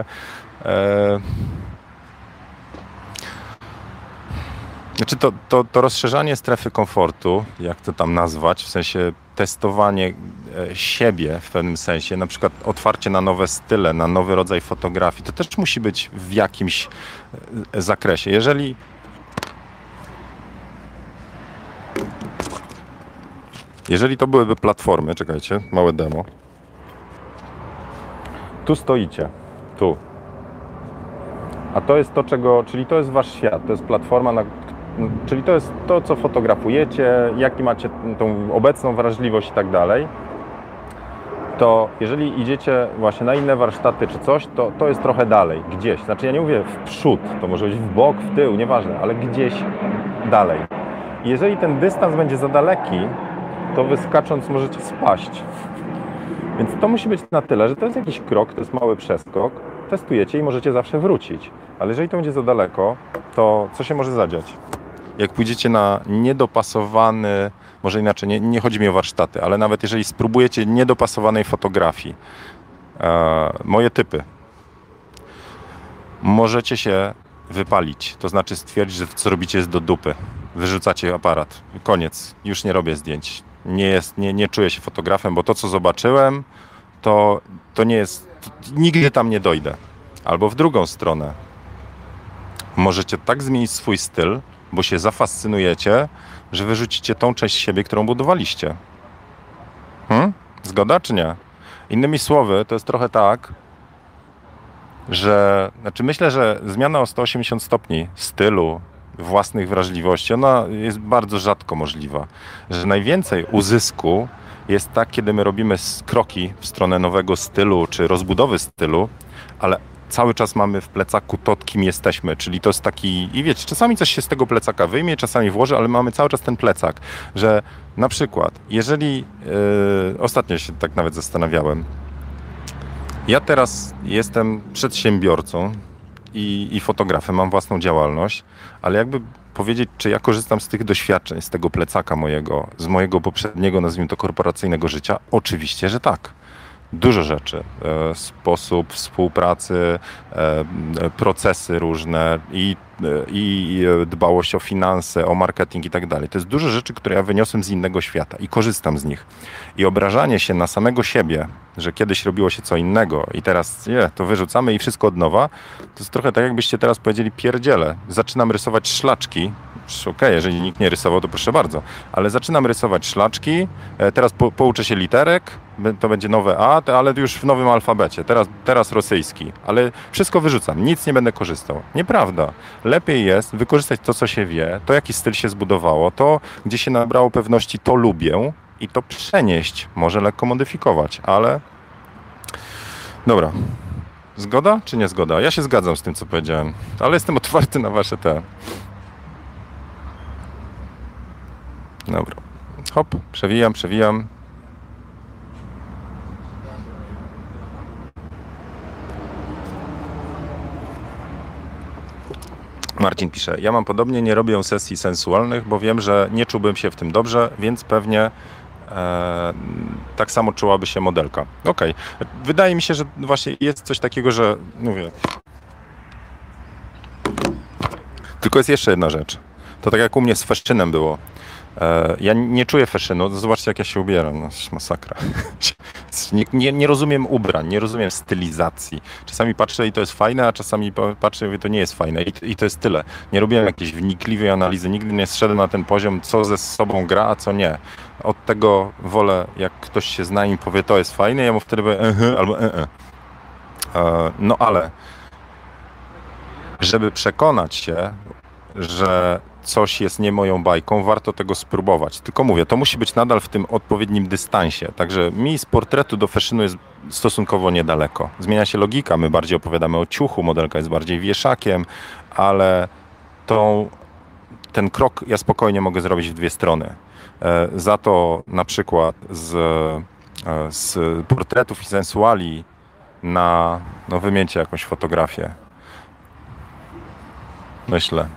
znaczy to rozszerzanie strefy komfortu, jak to tam nazwać, w sensie testowanie siebie w pewnym sensie, na przykład otwarcie na nowe style, na nowy rodzaj fotografii, to też musi być w jakimś zakresie. Jeżeli to byłyby platformy, czekajcie, małe demo. Tu stoicie, tu. A to jest to, czyli to jest wasz świat, to jest platforma, czyli to jest to, co fotografujecie, jaki macie tą obecną wrażliwość i tak dalej. To jeżeli idziecie właśnie na inne warsztaty czy coś, to jest trochę dalej, gdzieś. Znaczy ja nie mówię w przód, to może być w bok, w tył, nieważne, ale gdzieś dalej. I jeżeli ten dystans będzie za daleki, to wy skacząc możecie spaść. Więc to musi być na tyle, że to jest jakiś krok, to jest mały przeskok, testujecie i możecie zawsze wrócić. Ale jeżeli to będzie za daleko, to co się może zadziać? Jak pójdziecie na niedopasowany, może inaczej, nie chodzi mi o warsztaty, ale nawet jeżeli spróbujecie niedopasowanej fotografii, moje typy, możecie się wypalić, to znaczy stwierdzić, że to, co robicie, jest do dupy. Wyrzucacie aparat, koniec, już nie robię zdjęć. Nie czuję się fotografem, bo to, co zobaczyłem, to nie jest, nigdy tam nie dojdę. Albo w drugą stronę. Możecie tak zmienić swój styl, bo się zafascynujecie, że wyrzucicie tą część siebie, którą budowaliście. Zgoda czy nie? Innymi słowy, to jest trochę tak, znaczy myślę, że zmiana o 180 stopni stylu, własnych wrażliwości, ona jest bardzo rzadko możliwa. Że najwięcej uzysku jest tak, kiedy my robimy kroki w stronę nowego stylu, czy rozbudowy stylu, ale cały czas mamy w plecaku to, kim jesteśmy, czyli to jest taki, i wiecie, czasami coś się z tego plecaka wyjmie, czasami włoży, ale mamy cały czas ten plecak, że na przykład, jeżeli, ostatnio się tak nawet zastanawiałem, ja teraz jestem przedsiębiorcą i fotografem, mam własną działalność, ale jakby powiedzieć, czy ja korzystam z tych doświadczeń, z tego plecaka mojego, z mojego poprzedniego, nazwijmy to, korporacyjnego życia? Oczywiście, że tak. Dużo rzeczy. Sposób współpracy, procesy różne i dbałość o finanse, o marketing i tak dalej. To jest dużo rzeczy, które ja wyniosłem z innego świata i korzystam z nich. I obrażanie się na samego siebie, że kiedyś robiło się co innego i teraz to wyrzucamy i wszystko od nowa, to jest trochę tak, jakbyście teraz powiedzieli pierdziele. Zaczynam rysować szlaczki. Okej, jeżeli nikt nie rysował, to proszę bardzo. Ale zaczynam rysować szlaczki, teraz pouczę się literek, to będzie nowe A, ale już w nowym alfabecie, teraz rosyjski. Ale wszystko wyrzucam, nic nie będę korzystał. Nieprawda. Lepiej jest wykorzystać to, co się wie, to, jaki styl się zbudowało, to, gdzie się nabrało pewności, to lubię i to przenieść, może lekko modyfikować, ale... Dobra. Zgoda czy nie zgoda? Ja się zgadzam z tym, co powiedziałem, ale jestem otwarty na wasze te... Dobra. Hop, przewijam. Marcin pisze, ja mam podobnie, nie robię sesji sensualnych, bo wiem, że nie czułbym się w tym dobrze, więc pewnie tak samo czułaby się modelka. Okej. Wydaje mi się, że właśnie jest coś takiego, że mówię. Tylko jest jeszcze jedna rzecz. To tak jak u mnie z fashionem było. Ja nie czuję fashionu, zobaczcie jak ja się ubieram, no, masakra. Nie rozumiem ubrań, nie rozumiem stylizacji. Czasami patrzę i to jest fajne, a czasami patrzę i mówię, to nie jest fajne i to jest tyle. Nie robiłem jakiejś wnikliwej analizy, nigdy nie zszedłem na ten poziom, co ze sobą gra, a co nie. Od tego wolę, jak ktoś się zna i powie, to jest fajne, ja mu wtedy powiem albo no ale żeby przekonać się, że coś jest nie moją bajką, warto tego spróbować. Tylko mówię, to musi być nadal w tym odpowiednim dystansie. Także mi z portretu do fashionu jest stosunkowo niedaleko. Zmienia się logika, my bardziej opowiadamy o ciuchu, modelka jest bardziej wieszakiem, ale ten krok ja spokojnie mogę zrobić w dwie strony. Za to na przykład z portretów i sensuali no wymieńcie jakąś fotografię. Myślę.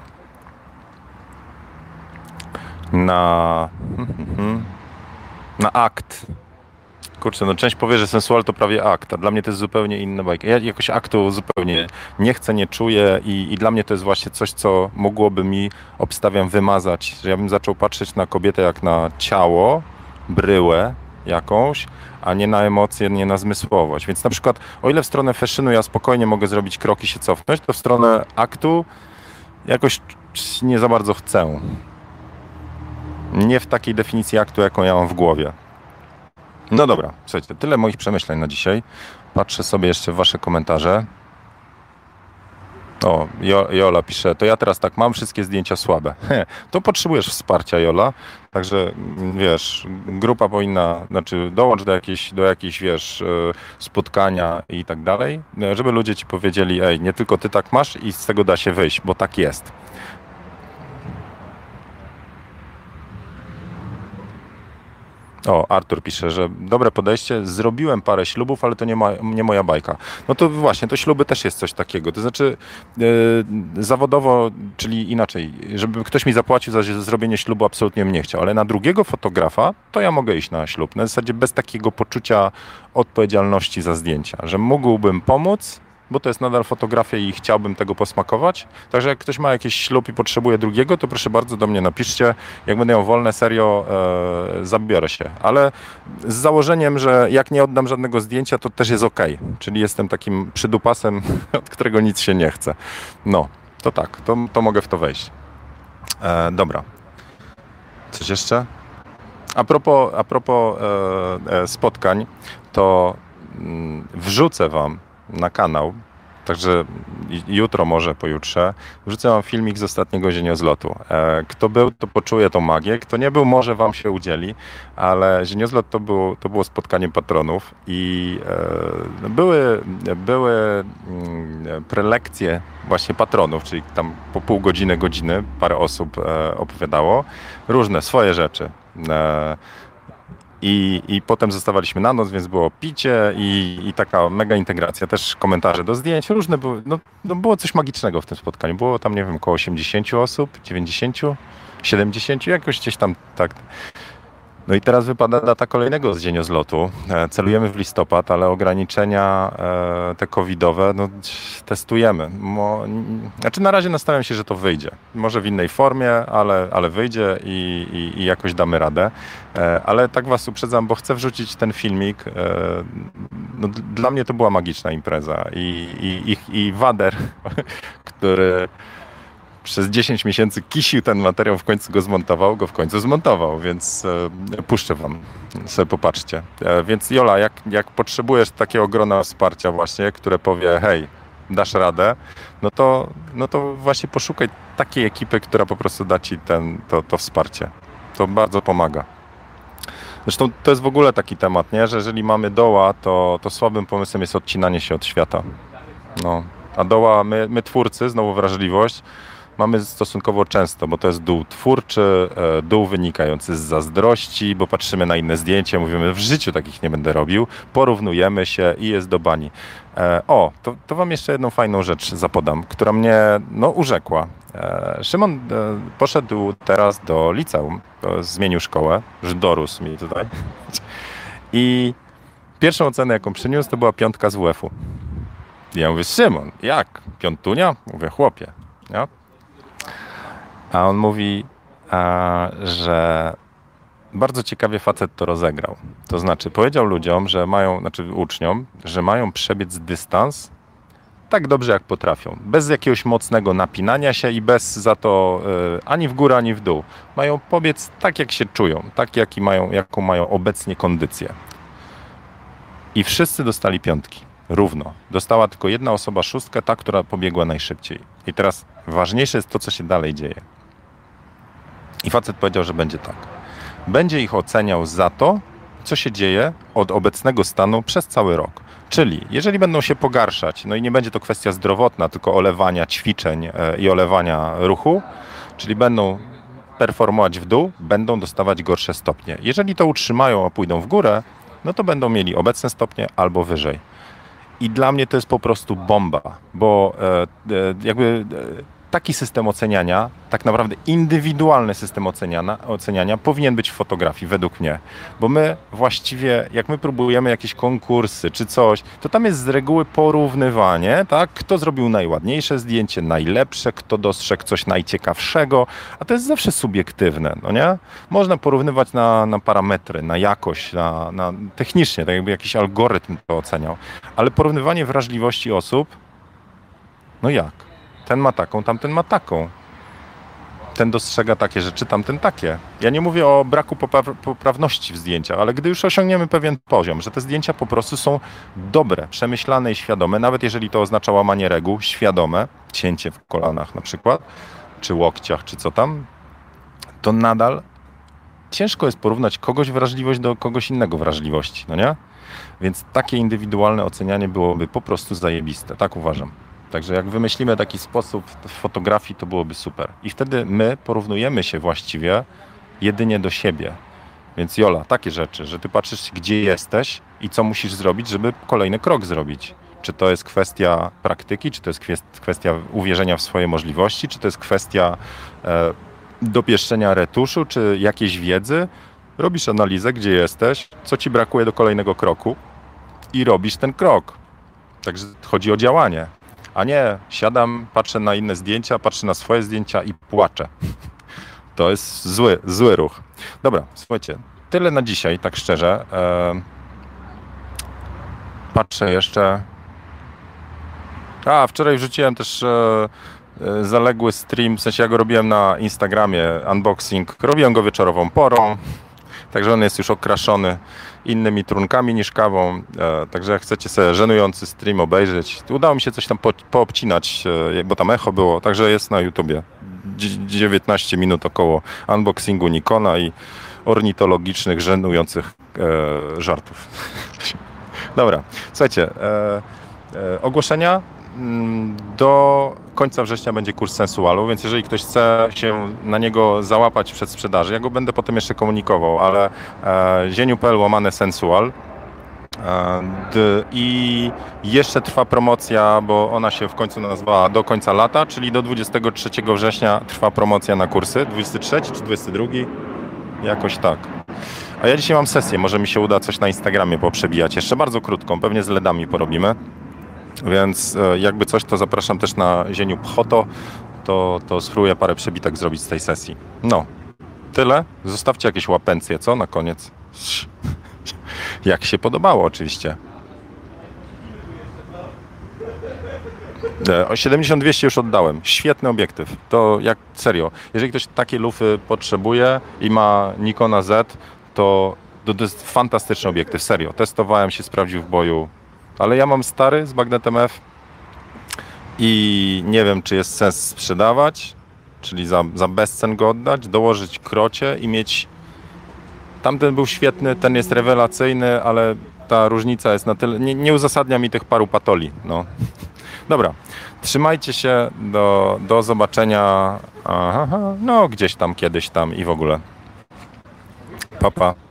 Na akt. Kurczę, no część powie, że sensual to prawie akt, a dla mnie to jest zupełnie inna bajka. Ja jakoś aktu zupełnie nie chcę, nie czuję i dla mnie to jest właśnie coś, co mogłoby mi, obstawiam, wymazać. Że ja bym zaczął patrzeć na kobietę jak na ciało, bryłę jakąś, a nie na emocje, nie na zmysłowość. Więc na przykład, o ile w stronę fashionu ja spokojnie mogę zrobić krok i się cofnąć, to w stronę aktu jakoś nie za bardzo chcę. Nie w takiej definicji aktu, jaką ja mam w głowie. No dobra, słuchajcie, tyle moich przemyśleń na dzisiaj. Patrzę sobie jeszcze w wasze komentarze. O, Jola pisze, to ja teraz tak mam, wszystkie zdjęcia słabe. To potrzebujesz wsparcia, Jola. Także, wiesz, grupa powinna, znaczy dołącz do jakiejś, wiesz, spotkania i tak dalej, żeby ludzie ci powiedzieli, ej, nie tylko ty tak masz i z tego da się wyjść, bo tak jest. O, Artur pisze, że dobre podejście, zrobiłem parę ślubów, ale to nie moja bajka. No to właśnie, to śluby też jest coś takiego. To znaczy zawodowo, czyli inaczej, żeby ktoś mi zapłacił za zrobienie ślubu, absolutnie bym nie chciał, ale na drugiego fotografa to ja mogę iść na ślub. Na zasadzie bez takiego poczucia odpowiedzialności za zdjęcia, że mógłbym pomóc, bo to jest nadal fotografia i chciałbym tego posmakować. Także jak ktoś ma jakiś ślub i potrzebuje drugiego, to proszę bardzo do mnie napiszcie. Jak będę miał wolne, serio, zabiorę się. Ale z założeniem, że jak nie oddam żadnego zdjęcia, to też jest okej. Czyli jestem takim przydupasem, od którego nic się nie chce. No, to tak, to mogę w to wejść. Dobra. Coś jeszcze? A propos spotkań, to wrzucę wam na kanał, także jutro, może pojutrze, wrzucę wam filmik z ostatniego zieniozlotu. Kto był, to poczuje tą magię, kto nie był, może wam się udzieli, ale zieniozlot to było spotkanie patronów i były prelekcje właśnie patronów, czyli tam po pół godziny, parę osób opowiadało różne swoje rzeczy. I potem zostawaliśmy na noc, więc było picie i taka mega integracja, też komentarze do zdjęć, różne były, no było coś magicznego w tym spotkaniu, było tam, nie wiem, około 80 osób, 90, 70, jakoś gdzieś tam tak. No i teraz wypada data kolejnego dzieniozlotu. Celujemy w listopad, ale ograniczenia te covidowe no, testujemy. Znaczy na razie nastawiam się, że to wyjdzie. Może w innej formie, ale wyjdzie i jakoś damy radę. Ale tak was uprzedzam, bo chcę wrzucić ten filmik. No, dla mnie to była magiczna impreza i Wader, który przez 10 miesięcy kisił ten materiał, w końcu go zmontował, więc puszczę wam, sobie popatrzcie. Więc Jola, jak potrzebujesz takiego grona wsparcia właśnie, które powie, hej, dasz radę, no to właśnie poszukaj takiej ekipy, która po prostu da ci to wsparcie. To bardzo pomaga. Zresztą to jest w ogóle taki temat, nie? Że jeżeli mamy doła, to słabym pomysłem jest odcinanie się od świata. No. A doła, my twórcy, znowu wrażliwość, mamy stosunkowo często, bo to jest dół twórczy, dół wynikający z zazdrości, bo patrzymy na inne zdjęcia, mówimy, w życiu takich nie będę robił, porównujemy się i jest do bani. To wam jeszcze jedną fajną rzecz zapodam, która mnie urzekła. Szymon poszedł teraz do liceum, zmienił szkołę, już dorósł mi tutaj. I pierwszą ocenę, jaką przyniósł, to była 5 z WF-u. I ja mówię, Szymon, jak? 5? Mówię, chłopie. Ja? A on mówi, że bardzo ciekawie facet to rozegrał. To znaczy powiedział ludziom, uczniom, że mają przebiec dystans tak dobrze jak potrafią. Bez jakiegoś mocnego napinania się i bez za to ani w górę, ani w dół. Mają pobiec tak jak się czują, tak jaką mają obecnie kondycję. I wszyscy dostali 5. Równo. Dostała tylko jedna osoba 6, ta, która pobiegła najszybciej. I teraz ważniejsze jest to, co się dalej dzieje. I facet powiedział, że będzie tak. Będzie ich oceniał za to, co się dzieje od obecnego stanu przez cały rok. Czyli jeżeli będą się pogarszać, no i nie będzie to kwestia zdrowotna, tylko olewania ćwiczeń i olewania ruchu, czyli będą performować w dół, będą dostawać gorsze stopnie. Jeżeli to utrzymają, a pójdą w górę, no to będą mieli obecne stopnie albo wyżej. I dla mnie to jest po prostu bomba, bo taki system oceniania, tak naprawdę indywidualny system oceniania powinien być w fotografii, według mnie. Bo my właściwie, jak my próbujemy jakieś konkursy czy coś, to tam jest z reguły porównywanie, tak? Kto zrobił najładniejsze zdjęcie, najlepsze, kto dostrzegł coś najciekawszego, a to jest zawsze subiektywne, no nie? Można porównywać na parametry, na jakość, na technicznie, tak jakby jakiś algorytm to oceniał. Ale porównywanie wrażliwości osób, no jak? Ten ma taką, tamten ma taką. Ten dostrzega takie rzeczy, tamten takie. Ja nie mówię o braku poprawności w zdjęciach, ale gdy już osiągniemy pewien poziom, że te zdjęcia po prostu są dobre, przemyślane i świadome, nawet jeżeli to oznacza łamanie reguł, świadome, cięcie w kolanach na przykład, czy łokciach, czy co tam, to nadal ciężko jest porównać kogoś wrażliwość do kogoś innego wrażliwości, no nie? Więc takie indywidualne ocenianie byłoby po prostu zajebiste, tak uważam. Także jak wymyślimy taki sposób w fotografii, to byłoby super. I wtedy my porównujemy się właściwie jedynie do siebie. Więc Jola, takie rzeczy, że ty patrzysz, gdzie jesteś i co musisz zrobić, żeby kolejny krok zrobić. Czy to jest kwestia praktyki, czy to jest kwestia uwierzenia w swoje możliwości, czy to jest kwestia dopieszczenia retuszu, czy jakiejś wiedzy. Robisz analizę, gdzie jesteś, co ci brakuje do kolejnego kroku i robisz ten krok. Także chodzi o działanie. A nie, siadam, patrzę na inne zdjęcia, patrzę na swoje zdjęcia i płaczę. To jest zły ruch. Dobra, słuchajcie, tyle na dzisiaj, tak szczerze. Patrzę jeszcze. Wczoraj wrzuciłem też zaległy stream, w sensie ja go robiłem na Instagramie, unboxing. Robiłem go wieczorową porą, także on jest już okraszony innymi trunkami niż kawą, także jak chcecie sobie żenujący stream obejrzeć, udało mi się coś tam poobcinać, bo tam echo było, także jest na YouTubie. 19 minut około unboxingu Nikona i ornitologicznych, żenujących żartów. Dobra, słuchajcie, ogłoszenia. Do końca września będzie kurs sensualu, więc jeżeli ktoś chce się na niego załapać przed sprzedaży, ja go będę potem jeszcze komunikował, ale zieniu.pl/sensual i jeszcze trwa promocja, bo ona się w końcu nazwała do końca lata, czyli do 23 września trwa promocja na kursy. 23 czy 22? Jakoś tak. A ja dzisiaj mam sesję, może mi się uda coś na Instagramie poprzebijać, jeszcze bardzo krótką, pewnie z LEDami porobimy. Więc jakby coś, to zapraszam też na Zieniu Pchoto, to spróbuję parę przebitek zrobić z tej sesji. No, tyle. Zostawcie jakieś łapencje, co? Na koniec. Jak się podobało oczywiście. O 70-200 już oddałem. Świetny obiektyw. To jak serio. Jeżeli ktoś takiej lufy potrzebuje i ma Nikona Z, to jest fantastyczny obiektyw. Serio. Testowałem się, sprawdził w boju. Ale ja mam stary z magnetem F i nie wiem, czy jest sens sprzedawać, czyli za bezcen go oddać, dołożyć krocie i mieć... Tamten był świetny, ten jest rewelacyjny, ale ta różnica jest na tyle... Nie uzasadnia mi tych paru patoli. No. Dobra, trzymajcie się, do zobaczenia, no gdzieś tam, kiedyś tam i w ogóle. Pa, pa.